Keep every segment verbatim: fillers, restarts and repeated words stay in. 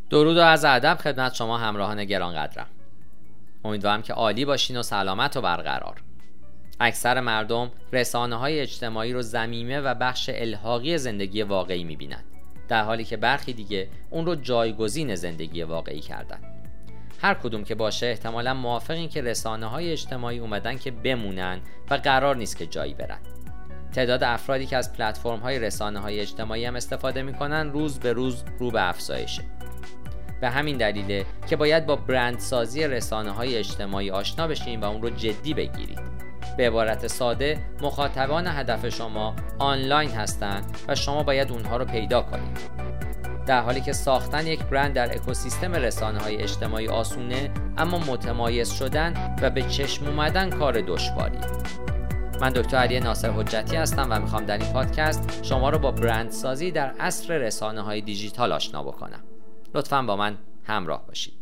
درود و عرض ادب خدمت شما همراهان گرانقدرم. امیدوارم که عالی باشین و سلامت و برقرار. اکثر مردم رسانه‌های اجتماعی رو ضمیمه و بخش الحاقی زندگی واقعی می‌بینن، در حالی که برخی دیگه اون رو جایگزین زندگی واقعی کردن. هر کدوم که باشه احتمالاً موافقین که رسانه‌های اجتماعی اومدن که بمونن و قرار نیست که جایی برن. تعداد افرادی که از پلتفرم‌های رسانه‌های اجتماعی هم استفاده می‌کنن روز به روز رو به افزایشه. به همین دلیله که باید با برندسازی رسانه‌های اجتماعی آشنا بشین و اون رو جدی بگیرید. به عبارت ساده، مخاطبان هدف شما آنلاین هستند و شما باید اونها رو پیدا کنید. در حالی که ساختن یک برند در اکوسیستم رسانه‌های اجتماعی آسونه، اما متمایز شدن و به چشم اومدن کار دشواریه. من دکتر علی ناصر حجتی هستم و میخوام در این پادکست شما رو با برندسازی در عصر رسانه‌های دیجیتال آشنا بکنم. لطفاً با من همراه باشید.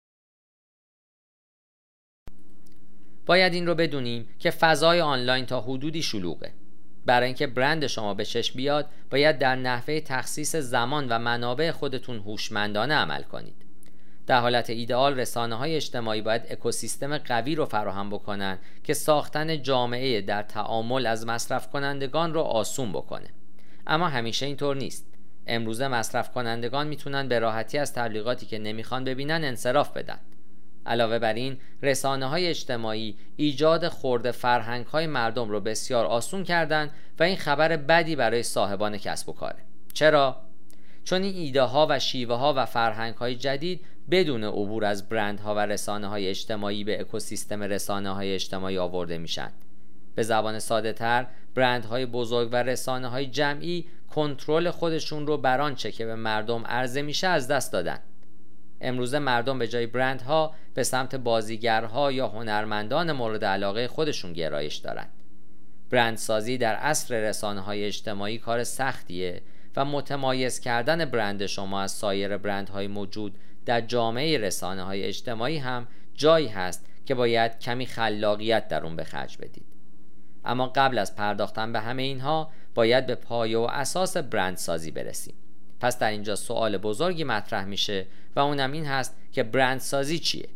باید این رو بدونیم که فضای آنلاین تا حدودی شلوغه. برای اینکه برند شما به چشم بیاد، باید در نحوه تخصیص زمان و منابع خودتون هوشمندانه عمل کنید. در حالت ایدئال رسانه‌های اجتماعی باید اکوسیستم قوی رو فراهم بکنن که ساختن جامعه در تعامل از مصرف کنندگان رو آسون بکنه. اما همیشه اینطور نیست. امروزه مصرف کنندگان میتونن به راحتی از تبلیغاتی که نمیخوان ببینن انصراف بدن. علاوه بر این، رسانه‌های اجتماعی ایجاد خرد فرهنگ‌های مردم رو بسیار آسون کردن و این خبر بدی برای صاحبان کسب و کاره. چرا؟ چون این ایده ها و شیوه ها و فرهنگ‌های جدید بدون عبور از برندها و رسانه‌های اجتماعی به اکوسیستم رسانه‌های اجتماعی آورده میشن. به زبان ساده‌تر، برندهای بزرگ و رسانه‌های جمعی کنترل خودشون رو بر آنچه که به مردم عرضه میشه از دست دادن. امروزه مردم به جای برندها به سمت بازیگرها یا هنرمندان مورد علاقه خودشون گرایش دارن. برندسازی در عصر رسانه‌های اجتماعی کار سختیه و متمایز کردن برند شما از سایر برندهای موجود در جامعه رسانه‌های اجتماعی هم جایی هست که باید کمی خلاقیت در اون به خرج بدید. اما قبل از پرداختن به همه اینها باید به پایه و اساس برندسازی برسیم. پس در اینجا سوال بزرگی مطرح میشه و اونم این هست که برندسازی چیه؟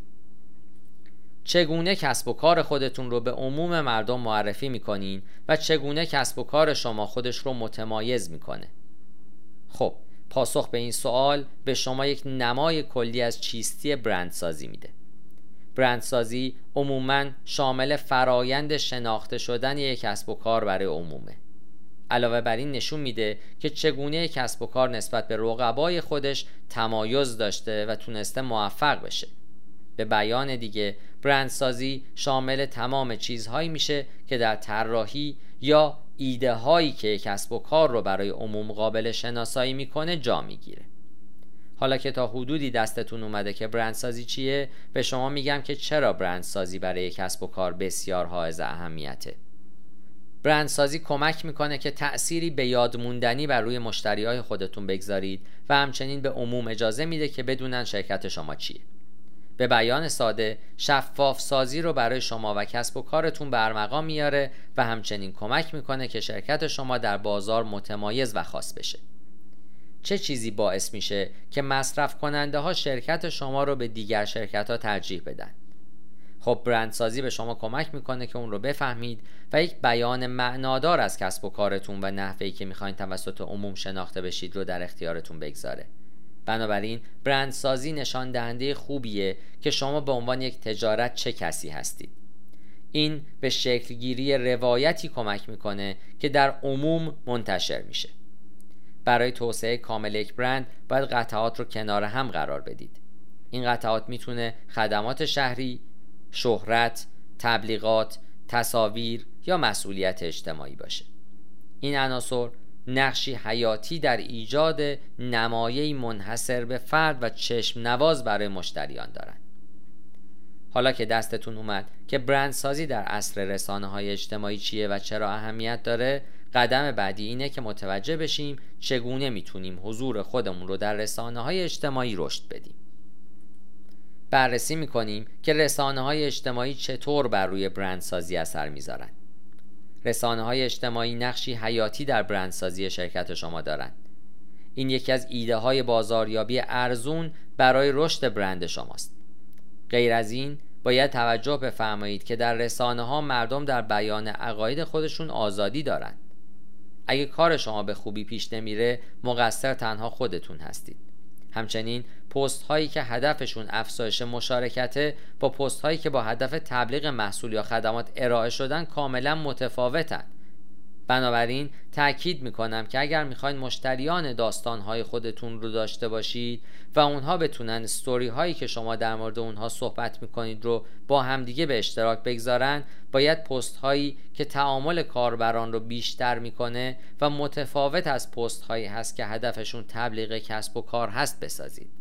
چگونه کسب و کار خودتون رو به عموم مردم معرفی میکنین و چگونه کسب و کار شما خودش رو متمایز میکنه؟ خب، پاسخ به این سوال به شما یک نمای کلی از چیستی برندسازی میده. برندسازی عموماً شامل فرایند شناخته شدن یک کسب و کار برای عمومه. علاوه بر این نشون میده که چگونه کسب و کار نسبت به رقبای خودش تمایز داشته و تونسته موفق بشه. به بیان دیگه، برندسازی شامل تمام چیزهایی میشه که در طراحی یا ایده هایی که کسب و کار رو برای عموم قابل شناسایی میکنه جا میگیره. حالا که تا حدودی دستتون اومده که برندسازی چیه، به شما میگم که چرا برندسازی برای کسب و کار بسیار حائز اهمیته. برندسازی کمک میکنه که تأثیری به یاد موندنی بر روی مشتریای خودتون بگذارید و همچنین به عموم اجازه میده که بدونن شرکت شما چیه. به بیان ساده، شفاف سازی رو برای شما و کسب و کارتون برمقام میاره و همچنین کمک میکنه که شرکت شما در بازار متمایز و خاص بشه. چه چیزی باعث میشه که مصرف کننده ها شرکت شما رو به دیگر شرکت ها ترجیح بدن؟ خب، برندسازی به شما کمک میکنه که اون رو بفهمید و یک بیان معنادار از کسب و کارتون و نحوهی که میخواین توسط عموم شناخته بشید رو در اختیارتون بگذاره. بنابراین برندسازی نشان دهنده خوبیه که شما به عنوان یک تجارت چه کسی هستید. این به شکلگیری روایتی کمک میکنه که در عموم منتشر میشه. برای توسعه کامل یک برند باید قطعات رو کنار هم قرار بدید. این قطعات میتونه خدمات شهری، شهرت، تبلیغات، تصاویر یا مسئولیت اجتماعی باشه. این عناصر نقشی حیاتی در ایجاد نمایه‌ای منحصر به فرد و چشم نواز برای مشتریان دارند. حالا که دستتون اومد که برندسازی در عصر رسانه‌های اجتماعی چیه و چرا اهمیت داره، قدم بعدی اینه که متوجه بشیم چگونه میتونیم حضور خودمون رو در رسانه‌های اجتماعی رشد بدیم. بررسی میکنیم که رسانه‌های اجتماعی چطور بر روی برندسازی اثر میذارن. رسانه‌های اجتماعی نقشی حیاتی در برندسازی شرکت شما دارند. این یکی از ایده های بازاریابی ارزون برای رشد برند شماست. غیر از این باید توجه بفرمایید که در رسانه ها مردم در بیان عقاید خودشون آزادی دارند. اگه کار شما به خوبی پیش نمیره، مقصر تنها خودتون هستید. همچنین پست هایی که هدفشون افزایش مشارکته با پست هایی که با هدف تبلیغ محصول یا خدمات ارائه شدن کاملا متفاوتن. بنابراین تأکید میکنم که اگر میخواین مشتریان داستانهای خودتون رو داشته باشید و اونها بتونن استوری هایی که شما در مورد اونها صحبت میکنید رو با همدیگه به اشتراک بگذارن، باید پست هایی که تعامل کاربران رو بیشتر میکنه و متفاوت از پست هایی هست که هدفشون تبلیغ کسب و کار هست بسازید.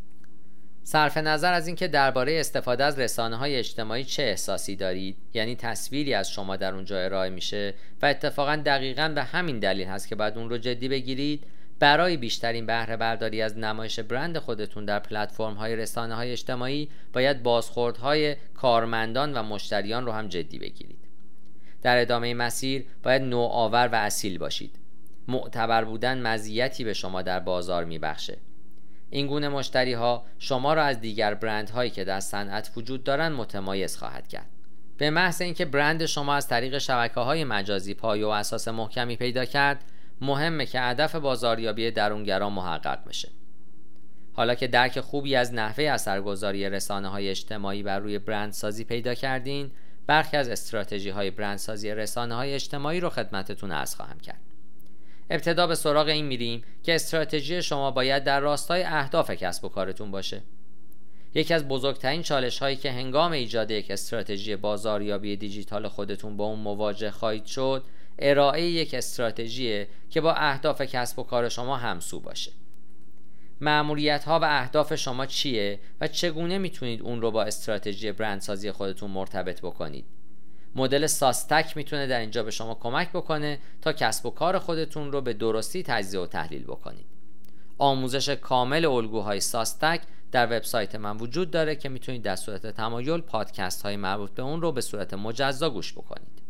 صرف نظر از اینکه درباره استفاده از رسانه‌های اجتماعی چه احساسی دارید، یعنی تصویری از شما در اونجا ارائه میشه و اتفاقا دقیقاً به همین دلیل هست که باید اون رو جدی بگیرید، برای بیشترین بهره برداری از نمایش برند خودتون در پلتفرم‌های رسانه‌های اجتماعی باید بازخوردهای کارمندان و مشتریان رو هم جدی بگیرید. در ادامه مسیر باید نوآور و اصیل باشید. معتبر بودن مزیتی به شما در بازار میبخشه. این گونه مشتری ها شما را از دیگر برندهایی که در صنعت وجود دارند متمایز خواهد کرد. به محض اینکه برند شما از طریق شبکه‌های مجازی پایه و اساس محکمی پیدا کرد، مهمه که هدف بازاریابی درونگرا محقق بشه. حالا که درک خوبی از نحوه اثرگذاری رسانه‌های اجتماعی بر روی برندسازی پیدا کردین، برخی از استراتژی‌های برندسازی رسانه‌های اجتماعی رو خدمتتون عرض خواهم کرد. ابتدا به سراغ این میریم که استراتژی شما باید در راستای اهداف کسب و کارتون باشه. یکی از بزرگترین چالش هایی که هنگام ایجاد یک استراتژی بازاریابی دیجیتال خودتون با اون مواجه خواهید شد، ارائه یک استراتژی که با اهداف کسب و کار شما همسو باشه. مأموریت ها و اهداف شما چیه و چگونه میتونید اون رو با استراتژی برندسازی خودتون مرتبط بکنید؟ مدل ساستک میتونه در اینجا به شما کمک بکنه تا کسب و کار خودتون رو به درستی تجزیه و تحلیل بکنید. آموزش کامل الگوهای ساستک در وبسایت من وجود داره که میتونید در صورت تمایل پادکست های مربوط به اون رو به صورت مجزا گوش بکنید.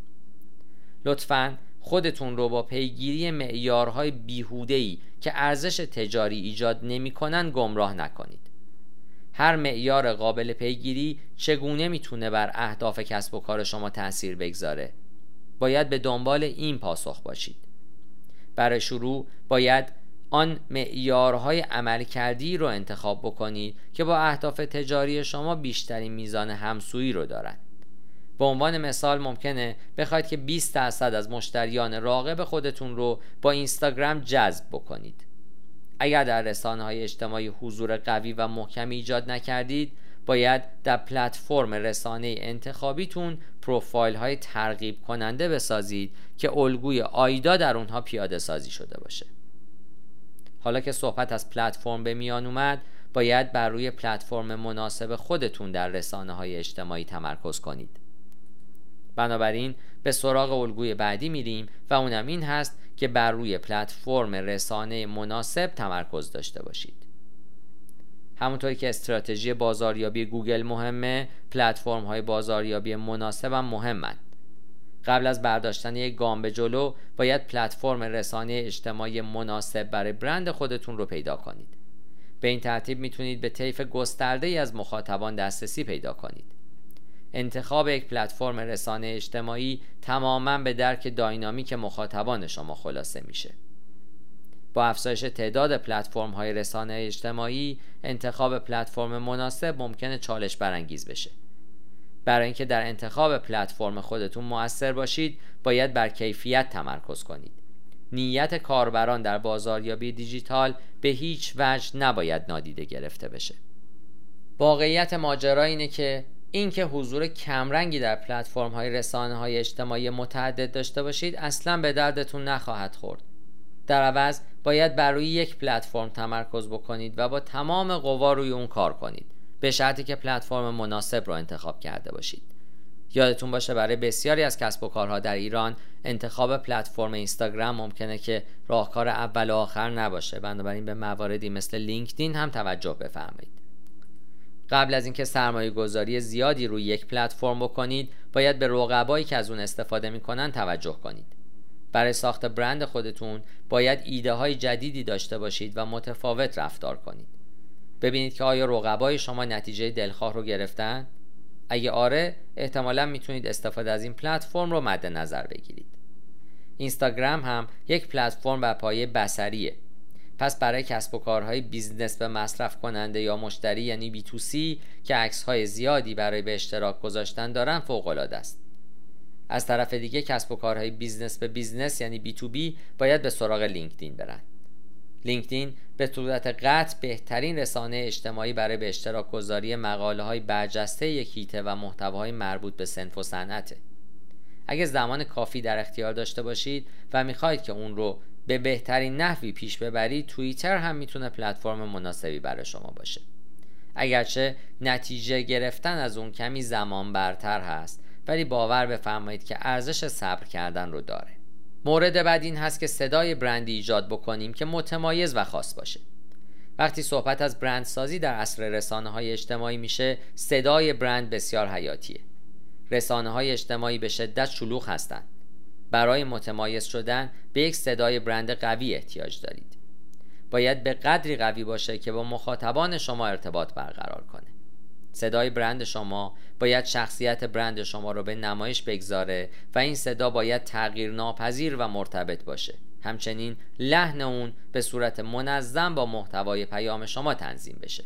لطفاً خودتون رو با پیگیری معیارهای بیهوده‌ای که ارزش تجاری ایجاد نمی‌کنن گمراه نکنید. هر معیار قابل پیگیری چگونه میتونه بر اهداف کسب و کار شما تأثیر بگذاره؟ باید به دنبال این پاسخ باشید. برای شروع باید آن معیارهای عملکردی رو انتخاب بکنید که با اهداف تجاری شما بیشترین میزان همسویی رو دارند. به عنوان مثال ممکنه بخواید که بیست درصد از مشتریان راغب خودتون رو با اینستاگرام جذب بکنید. اگر در رسانه‌های اجتماعی حضور قوی و محکمی ایجاد نکردید، باید در پلتفرم رسانه انتخابیتون پروفایل‌های ترغیب کننده بسازید که الگوی آیدا در اونها پیاده سازی شده باشه. حالا که صحبت از پلتفرم به میان اومد، باید بر روی پلتفرم مناسب خودتون در رسانه‌های اجتماعی تمرکز کنید. بنابراین به سراغ الگوی بعدی میریم و اونم این هست که بر روی پلتفرم رسانه مناسب تمرکز داشته باشید. همونطوری که استراتژی بازاریابی گوگل مهمه، پلتفرم های بازاریابی مناسب هم مهمن. قبل از برداشتن یک گام به جلو، باید پلتفرم رسانه اجتماعی مناسب برای برند خودتون رو پیدا کنید. به این ترتیب میتونید به طیف گسترده‌ای از مخاطبان دسترسی پیدا کنید. انتخاب یک پلتفرم رسانه اجتماعی تماماً به درک داینامیک مخاطبان شما خلاصه میشه. با افزایش تعداد پلتفرم‌های رسانه اجتماعی، انتخاب پلتفرم مناسب ممکنه چالش برانگیز بشه. برای اینکه در انتخاب پلتفرم خودتون مؤثر باشید، باید بر کیفیت تمرکز کنید. نیت کاربران در بازاریابی دیجیتال به هیچ وجه نباید نادیده گرفته بشه. واقعیت ماجرا اینه که اینکه حضور کمرنگی در پلتفرم‌های رسانه‌های اجتماعی متعدد داشته باشید اصلاً به دردتون نخواهد خورد. در عوض باید بر روی یک پلتفرم تمرکز بکنید و با تمام قوا روی اون کار کنید، به شرطی که پلتفرم مناسب رو انتخاب کرده باشید. یادتون باشه برای بسیاری از کسب و کارها در ایران انتخاب پلتفرم اینستاگرام ممکنه که راهکار اول و آخر نباشه، بنابراین به مواردی مثل لینکدین هم توجه بفرمایید. قبل از اینکه سرمایه گذاری زیادی روی یک پلتفرم بکنید، باید به رقبایی که از اون استفاده میکنن توجه کنید. برای ساخت برند خودتون باید ایده های جدیدی داشته باشید و متفاوت رفتار کنید. ببینید که آیا رقبای شما نتیجه دلخواه رو گرفتن؟ اگه آره، احتمالاً میتونید استفاده از این پلتفرم رو مد نظر بگیرید. اینستاگرام هم یک پلتفرم بر پایه بصریه. پس برای کسب و کارهای بیزنس به مصرف کننده یا مشتری یعنی بی تو سی که عکس‌های زیادی برای به اشتراک گذاشتن دارن فوق‌العاده است. از طرف دیگه کسب و کارهای بیزنس به بیزنس یعنی بی تو بی باید به سراغ لینکدین برن. لینکدین به صورت قطع بهترین رسانه اجتماعی برای به اشتراک گذاری مقاله‌های برجسته یک حیطه و محتواهای مربوط به صنف و صنعته. اگه زمان کافی در اختیار داشته باشید و میخواید که اون رو به بهترین نحوی پیش ببرید، توییتر هم میتونه پلتفرم مناسبی برای شما باشه. اگرچه نتیجه گرفتن از اون کمی زمان برتر هست، ولی باور بفرمایید که ارزش صبر کردن رو داره. مورد بعد این هست که صدای برندی ایجاد بکنیم که متمایز و خاص باشه. وقتی صحبت از برندسازی در عصر رسانه‌های اجتماعی میشه، صدای برند بسیار حیاتیه. رسانه‌های اجتماعی به شدت شلوغ هستند. برای متمایز شدن به یک صدای برند قوی احتیاج دارید. باید به قدری قوی باشه که با مخاطبان شما ارتباط برقرار کنه. صدای برند شما باید شخصیت برند شما رو به نمایش بگذاره و این صدا باید تغییر ناپذیر و مرتبط باشه. همچنین لحن اون به صورت منظم با محتوای پیام شما تنظیم بشه.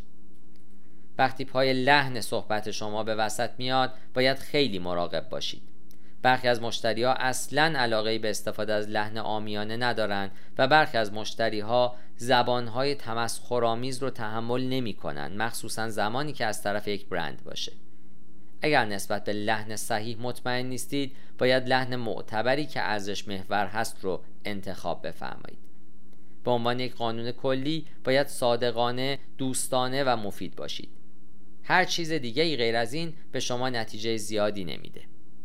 وقتی پای لحن صحبت شما به وسط میاد، باید خیلی مراقب باشید. برخی از مشتری‌ها اصلاً علاقه‌ای به استفاده از لحن عامیانه ندارن و برخی از مشتری‌ها زبان‌های تمسخرآمیز رو تحمل نمی‌کنن، مخصوصاً زمانی که از طرف یک برند باشه. اگر نسبت به لحن صحیح مطمئن نیستید، باید لحن معتبری که ارزش محور هست رو انتخاب بفرمایید. به عنوان یک قانون کلی باید صادقانه، دوستانه و مفید باشید. هر چیز دیگه‌ای غیر از این به شما نتیجه زیادی نمیده.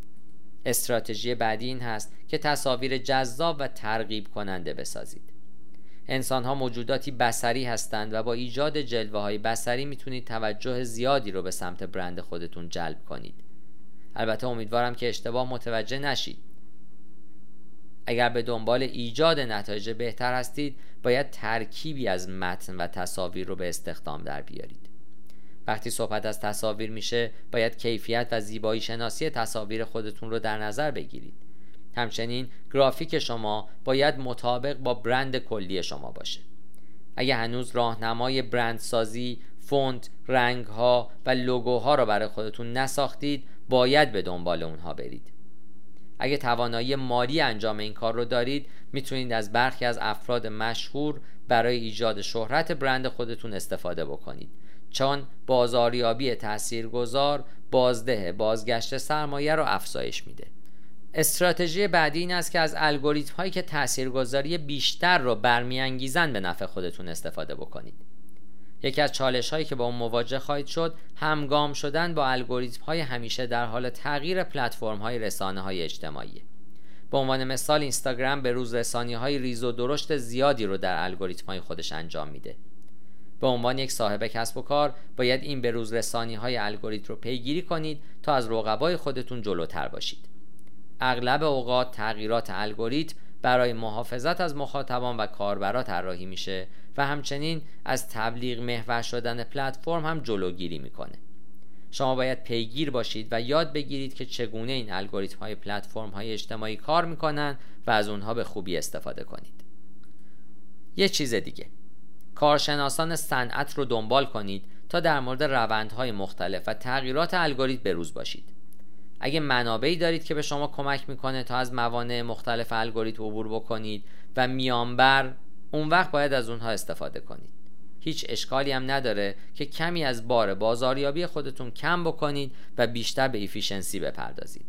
استراتژی بعدی این هست که تصاویر جذاب و ترغیب کننده بسازید. انسان‌ها موجوداتی بصری هستند و با ایجاد جلوه‌های بصری میتونید توجه زیادی رو به سمت برند خودتون جلب کنید. البته امیدوارم که اشتباه متوجه نشید. اگر به دنبال ایجاد نتایج بهتر هستید، باید ترکیبی از متن و تصاویر رو به استخدام در بیارید. وقتی صحبت از تصاویر میشه، باید کیفیت و زیبایی شناسی تصاویر خودتون رو در نظر بگیرید. همچنین گرافیک شما باید مطابق با برند کلی شما باشه. اگه هنوز راهنمای برندسازی، فونت، رنگ‌ها و لوگوها رو برای خودتون نساختید، باید به دنبال اونها برید. اگه توانایی مالی انجام این کار رو دارید، میتونید از برخی از افراد مشهور برای ایجاد شهرت برند خودتون استفاده بکنید، چون بازاریابی تاثیرگذار بازده بازگشت سرمایه رو افزایش میده. استراتژی بعدی این است که از الگوریتم هایی که تاثیرگذاری بیشتر رو برمیانگیزن به نفع خودتون استفاده بکنید. یکی از چالش هایی که با اون مواجه خواهید شد، همگام شدن با الگوریتم های همیشه در حال تغییر پلتفرم های رسانه های اجتماعی. به عنوان مثال اینستاگرام به روز رسانی های ریز و درشت زیادی رو در الگوریتم های خودش انجام میده. به عنوان یک صاحب کسب و کار باید این به روز رسانی های الگوریتم رو پیگیری کنید تا از رقبای خودتون جلوتر باشید. اغلب اوقات تغییرات الگوریتم برای محافظت از مخاطبان و کاربرا طراحی میشه و همچنین از تبلیغ محور شدن پلتفرم هم جلوگیری میکنه. شما باید پیگیر باشید و یاد بگیرید که چگونه این الگوریتم های پلتفرم های اجتماعی کار میکنن و از اونها به خوبی استفاده کنید. یه چیز دیگه، کارشناسان صنعت رو دنبال کنید تا در مورد روندهای مختلف و تغییرات الگوریتم بروز باشید. اگه منابعی دارید که به شما کمک میکنه تا از موانع مختلف الگوریتم عبور بکنید و میانبر، اون وقت باید از اونها استفاده کنید. هیچ اشکالی هم نداره که کمی از بار بازاریابی خودتون کم بکنید و بیشتر به افیشنسی بپردازید.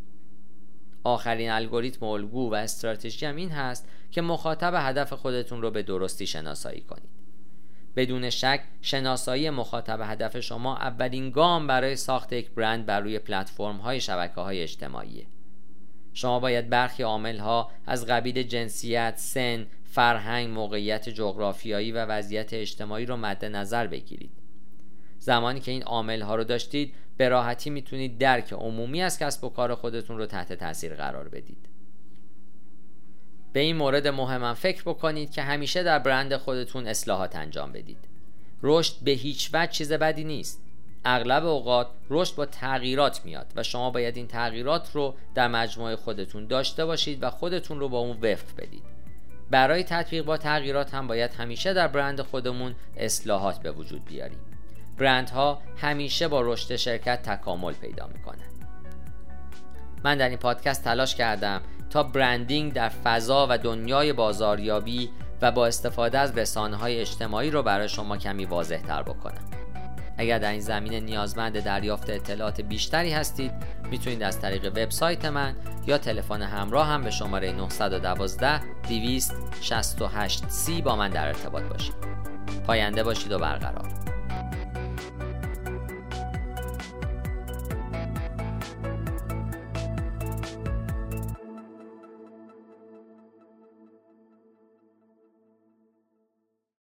آخرین الگوریتم الگو و استراتژی هم این هست که مخاطب هدف خودتون رو به درستی شناسایی کنید. بدون شک شناسایی مخاطب هدف شما اولین گام برای ساخت یک برند بر روی پلتفرم‌های شبکه‌های اجتماعی. شما باید برخی عامل‌ها از قبیل جنسیت، سن، فرهنگ، موقعیت جغرافیایی و وضعیت اجتماعی رو مد نظر بگیرید. زمانی که این عامل‌ها رو داشتید، به راحتی میتونید درک عمومی از کسب و کار خودتون رو تحت تاثیر قرار بدید. به این مورد مهمم فکر بکنید که همیشه در برند خودتون اصلاحات انجام بدید. رشد به هیچ وجه چیز بدی نیست. اغلب اوقات رشد با تغییرات میاد و شما باید این تغییرات رو در مجموعه خودتون داشته باشید و خودتون رو با اون وفق بدید. برای تطبیق با تغییرات هم باید همیشه در برند خودمون اصلاحات به وجود بیاریم. برندها همیشه با رشد شرکت تکامل پیدا میکنن. من در این پادکست تلاش کردم تا برندینگ در فضا و دنیای بازاریابی و با استفاده از رسانه‌های اجتماعی رو برای شما کمی واضح تر بکنم. اگر در این زمینه نیازمند دریافت اطلاعات بیشتری هستید، میتونید از طریق وبسایت من یا تلفن همراه هم به شماره نه یک دو دویست شصت و هشت سی با من در ارتباط باشید. پاینده باشید و برقرار.